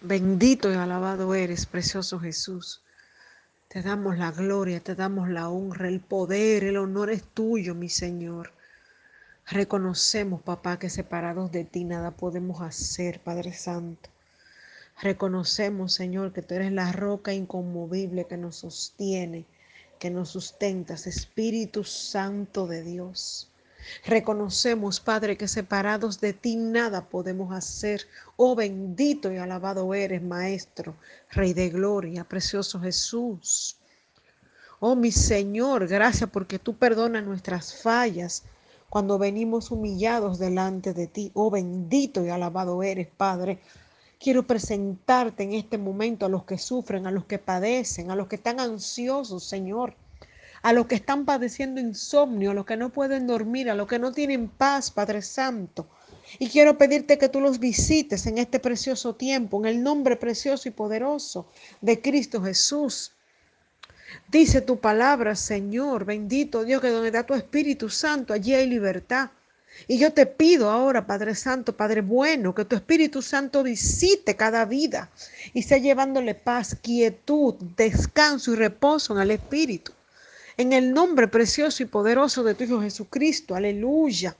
Bendito y alabado eres, precioso Jesús. Te damos la gloria, te damos la honra, el poder, el honor es tuyo, mi Señor. Reconocemos, papá, que separados de ti nada podemos hacer, Padre Santo. Reconocemos, Señor, que tú eres la roca inconmovible que nos sostiene, que nos sustentas, Espíritu Santo de Dios. Reconocemos, Padre, que separados de ti nada podemos hacer. Oh, bendito y alabado eres, Maestro, Rey de gloria, precioso Jesús. Oh, mi Señor, gracias porque tú perdonas nuestras fallas cuando venimos humillados delante de ti. Oh, bendito y alabado eres, Padre. Quiero presentarte en este momento a los que sufren, a los que padecen, a los que están ansiosos, Señor, a los que están padeciendo insomnio, a los que no pueden dormir, a los que no tienen paz, Padre Santo. Y quiero pedirte que tú los visites en este precioso tiempo, en el nombre precioso y poderoso de Cristo Jesús. Dice tu palabra, Señor, bendito Dios, que donde está tu Espíritu Santo, allí hay libertad. Y yo te pido ahora, Padre Santo, Padre bueno, que tu Espíritu Santo visite cada vida y sea llevándole paz, quietud, descanso y reposo en el Espíritu. En el nombre precioso y poderoso de tu Hijo Jesucristo, aleluya.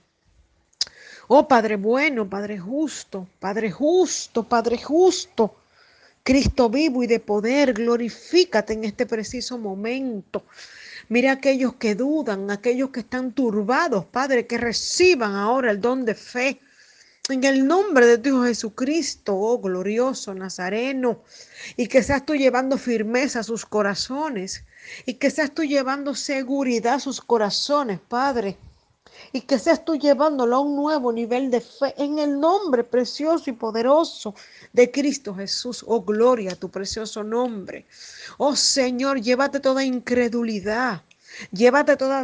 Oh Padre bueno, Padre justo, Padre justo, Padre justo. Cristo vivo y de poder, glorifícate en este preciso momento. Mira aquellos que dudan, aquellos que están turbados, Padre, que reciban ahora el don de fe. En el nombre de tu Hijo Jesucristo, oh glorioso Nazareno, y que seas tú llevando firmeza a sus corazones, y que seas tú llevando seguridad a sus corazones, Padre, y que seas tú llevándolo a un nuevo nivel de fe en el nombre precioso y poderoso de Cristo Jesús. Oh, gloria a tu precioso nombre. Oh, Señor, llévate toda incredulidad. Llévate toda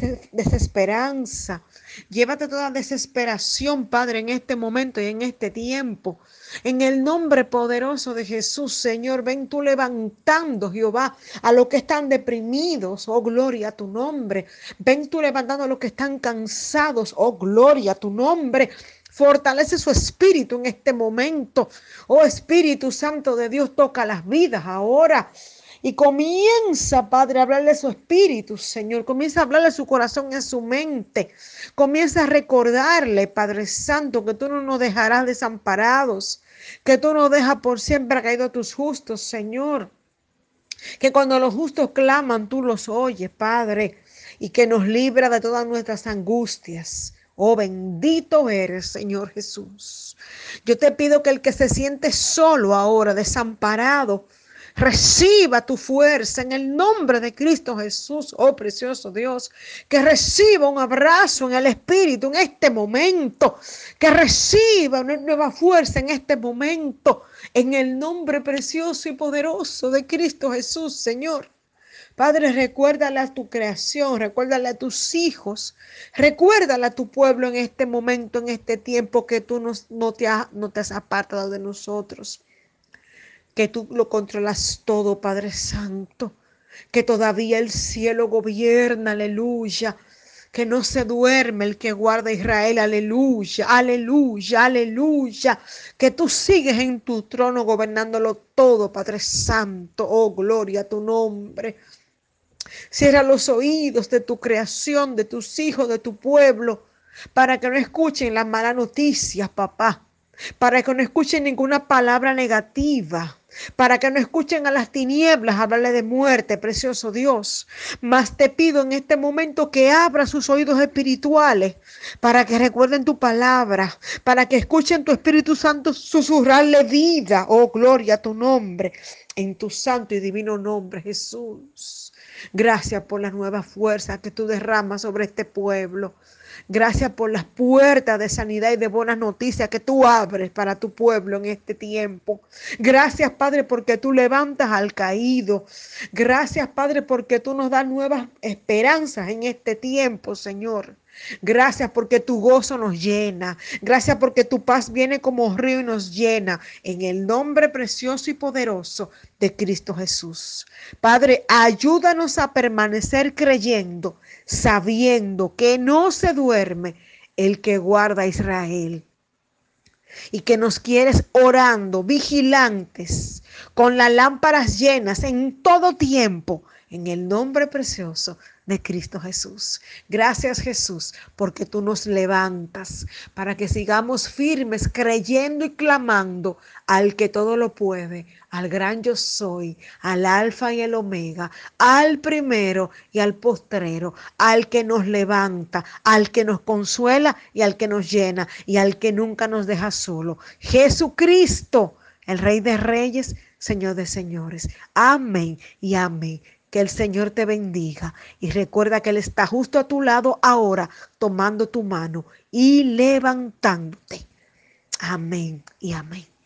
desesperanza, llévate toda desesperación, Padre, en este momento y en este tiempo. En el nombre poderoso de Jesús, Señor, ven tú levantando, Jehová, a los que están deprimidos, oh gloria a tu nombre. Ven tú levantando a los que están cansados, oh gloria a tu nombre. Fortalece su espíritu en este momento. Oh Espíritu Santo de Dios, toca las vidas ahora. Y comienza, Padre, a hablarle a su espíritu, Señor. Comienza a hablarle a su corazón y a su mente. Comienza a recordarle, Padre Santo, que tú no nos dejarás desamparados. Que tú no dejas por siempre caído a tus justos, Señor. Que cuando los justos claman, tú los oyes, Padre. Y que nos libra de todas nuestras angustias. Oh, bendito eres, Señor Jesús. Yo te pido que el que se siente solo ahora, desamparado, reciba tu fuerza en el nombre de Cristo Jesús, oh precioso Dios, que reciba un abrazo en el Espíritu en este momento, que reciba una nueva fuerza en este momento, en el nombre precioso y poderoso de Cristo Jesús, Señor. Padre, recuérdale a tu creación, recuérdale a tus hijos, recuérdale a tu pueblo en este momento, en este tiempo que tú no te has apartado de nosotros, que tú lo controlas todo, Padre Santo, que todavía el cielo gobierna, aleluya, que no se duerme el que guarda a Israel, aleluya, aleluya, aleluya, que tú sigues en tu trono gobernándolo todo, Padre Santo, oh gloria a tu nombre. Cierra los oídos de tu creación, de tus hijos, de tu pueblo, para que no escuchen las malas noticias, papá, para que no escuchen ninguna palabra negativa, para que no escuchen a las tinieblas hablarle de muerte, precioso Dios. Mas te pido en este momento que abra sus oídos espirituales para que recuerden tu palabra, para que escuchen tu Espíritu Santo susurrarle vida, oh gloria a tu nombre, en tu santo y divino nombre, Jesús. Gracias por las nuevas fuerzas que tú derramas sobre este pueblo. Gracias por las puertas de sanidad y de buenas noticias que tú abres para tu pueblo en este tiempo. Gracias, Padre, porque tú levantas al caído. Gracias, Padre, porque tú nos das nuevas esperanzas en este tiempo, Señor. Gracias porque tu gozo nos llena. Gracias porque tu paz viene como río y nos llena. En el nombre precioso y poderoso de Cristo Jesús. Padre, ayúdanos a permanecer creyendo, sabiendo que no se duerme el que guarda a Israel. y que nos quieres orando, vigilantes, con las lámparas llenas en todo tiempo, en el nombre precioso de Cristo Jesús. Gracias, Jesús, porque tú nos levantas para que sigamos firmes, creyendo y clamando al que todo lo puede, al gran yo soy, al alfa y el omega, al primero y al postrero, al que nos levanta, al que nos consuela y al que nos llena y al que nunca nos deja solo. Jesucristo, el Rey de Reyes, Señor de Señores. Amén y amén. Que el Señor te bendiga y recuerda que Él está justo a tu lado ahora, tomando tu mano y levantándote. Amén y amén.